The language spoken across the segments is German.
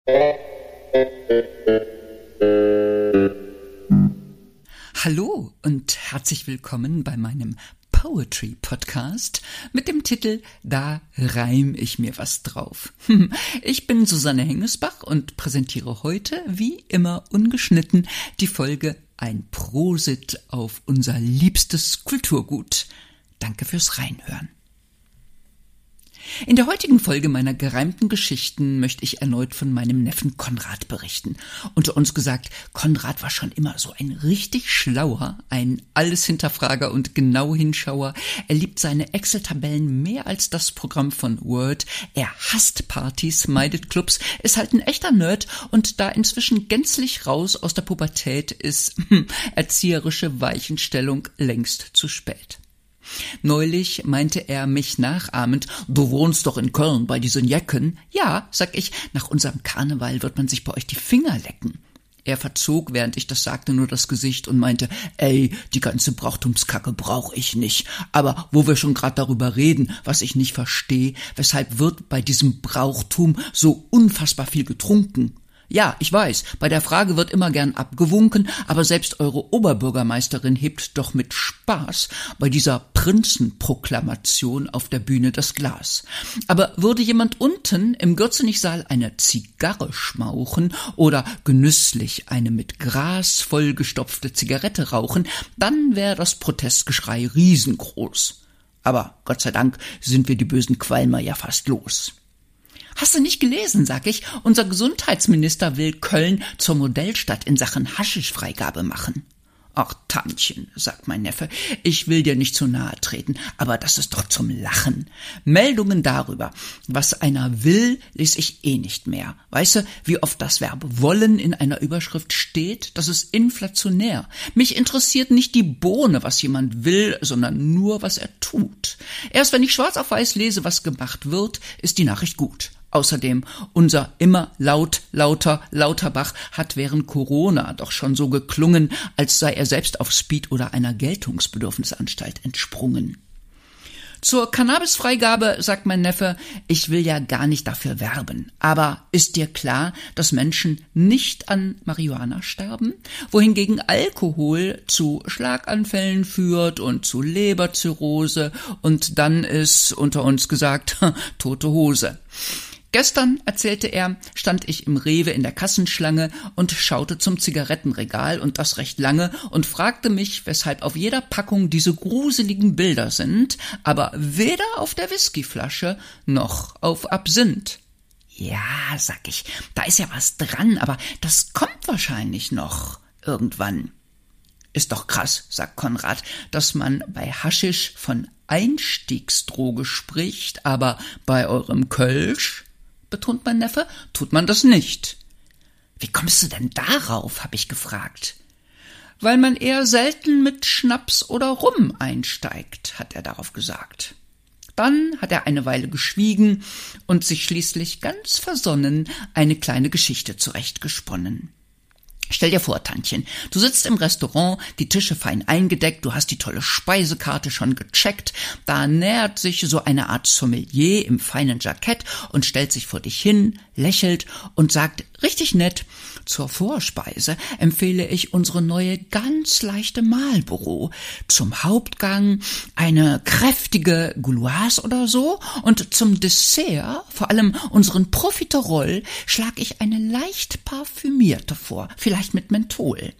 Hallo und herzlich willkommen bei meinem Poetry Podcast mit dem Titel Da reim ich mir was drauf. Ich bin Susanne Hengesbach und präsentiere heute, wie immer ungeschnitten, die Folge Ein Prosit auf unser liebstes Kulturgut. Danke fürs Reinhören. In der heutigen Folge meiner gereimten Geschichten möchte ich erneut von meinem Neffen Konrad berichten. Unter uns gesagt, Konrad war schon immer so ein richtig schlauer, ein Alleshinterfrager und Genau-Hinschauer. Er liebt seine Excel-Tabellen mehr als das Programm von Word. Er hasst Partys, meidet Clubs, ist halt ein echter Nerd und da inzwischen gänzlich raus aus der Pubertät ist erzieherische Weichenstellung längst zu spät. Neulich meinte er mich nachahmend, du wohnst doch in Köln bei diesen Jecken. Ja, sag ich, nach unserem Karneval wird man sich bei euch die Finger lecken. Er verzog, während ich das sagte, nur das Gesicht und meinte, ey, die ganze Brauchtumskacke brauch ich nicht. Aber wo wir schon gerade darüber reden, was ich nicht verstehe, weshalb wird bei diesem Brauchtum so unfassbar viel getrunken? Ja, ich weiß, bei der Frage wird immer gern abgewunken, aber selbst eure Oberbürgermeisterin hebt doch mit Spaß bei dieser Prinzenproklamation auf der Bühne das Glas. Aber würde jemand unten im Gürzenich-Saal eine Zigarre schmauchen oder genüsslich eine mit Gras vollgestopfte Zigarette rauchen, dann wäre das Protestgeschrei riesengroß. Aber Gott sei Dank sind wir die bösen Qualmer ja fast los. Hast du nicht gelesen, sag ich, unser Gesundheitsminister will Köln zur Modellstadt in Sachen Haschischfreigabe machen. Ach, Tantchen, sagt mein Neffe, ich will dir nicht zu nahe treten, aber das ist doch zum Lachen. Meldungen darüber, was einer will, lese ich eh nicht mehr. Weißt du, wie oft das Verb wollen in einer Überschrift steht? Das ist inflationär. Mich interessiert nicht die Bohne, was jemand will, sondern nur, was er tut. Erst wenn ich schwarz auf weiß lese, was gemacht wird, ist die Nachricht gut. Außerdem, unser immer Lauterbach hat während Corona doch schon so geklungen, als sei er selbst auf Speed oder einer Geltungsbedürfnisanstalt entsprungen. Zur Cannabisfreigabe sagt mein Neffe, ich will ja gar nicht dafür werben. Aber ist dir klar, dass Menschen nicht an Marihuana sterben? Wohingegen Alkohol zu Schlaganfällen führt und zu Leberzirrhose und dann ist, unter uns gesagt, tote Hose. Gestern, erzählte er, stand ich im Rewe in der Kassenschlange und schaute zum Zigarettenregal und das recht lange und fragte mich, weshalb auf jeder Packung diese gruseligen Bilder sind, aber weder auf der Whiskyflasche noch auf Absinth. Ja, sag ich, da ist ja was dran, aber das kommt wahrscheinlich noch irgendwann. Ist doch krass, sagt Konrad, dass man bei Haschisch von Einstiegsdroge spricht, aber bei eurem Kölsch, betont mein Neffe, tut man das nicht. Wie kommst du denn darauf, habe ich gefragt. Weil man eher selten mit Schnaps oder Rum einsteigt, hat er darauf gesagt. Dann hat er eine Weile geschwiegen und sich schließlich ganz versonnen eine kleine Geschichte zurechtgesponnen. Stell dir vor, Tantchen, du sitzt im Restaurant, die Tische fein eingedeckt, du hast die tolle Speisekarte schon gecheckt, da nähert sich so eine Art Sommelier im feinen Jackett und stellt sich vor dich hin, lächelt und sagt richtig nett, zur Vorspeise empfehle ich unsere neue ganz leichte Marlboro, zum Hauptgang eine kräftige Gouloise oder so und zum Dessert, vor allem unseren Profiterol, schlag ich eine leicht parfümierte vor, vielleicht mit Menthol.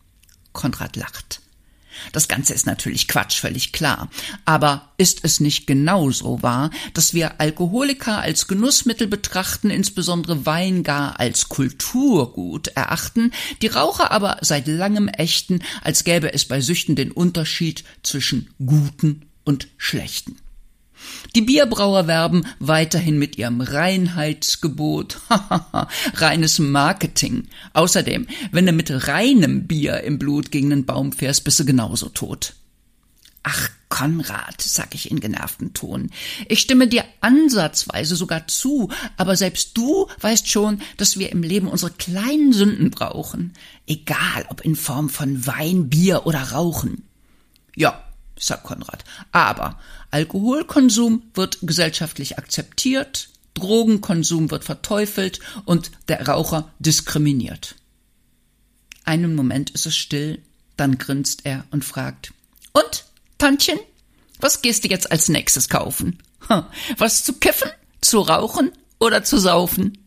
Konrad lacht. Das Ganze ist natürlich Quatsch, völlig klar. Aber ist es nicht genauso wahr, dass wir Alkoholiker als Genussmittel betrachten, insbesondere Wein gar als Kulturgut erachten, die Raucher aber seit langem ächten, als gäbe es bei Süchten den Unterschied zwischen guten und schlechten? Die Bierbrauer werben weiterhin mit ihrem Reinheitsgebot. Reines Marketing. Außerdem, wenn du mit reinem Bier im Blut gegen den Baum fährst, bist du genauso tot. Ach, Konrad, sag ich in genervtem Ton, ich stimme dir ansatzweise sogar zu, aber selbst du weißt schon, dass wir im Leben unsere kleinen Sünden brauchen. Egal, ob in Form von Wein, Bier oder Rauchen. Ja, sagt Konrad, aber Alkoholkonsum wird gesellschaftlich akzeptiert, Drogenkonsum wird verteufelt und der Raucher diskriminiert. Einen Moment ist es still, dann grinst er und fragt: Und, Tantchen, was gehst du jetzt als nächstes kaufen? Was zu kiffen, zu rauchen oder zu saufen?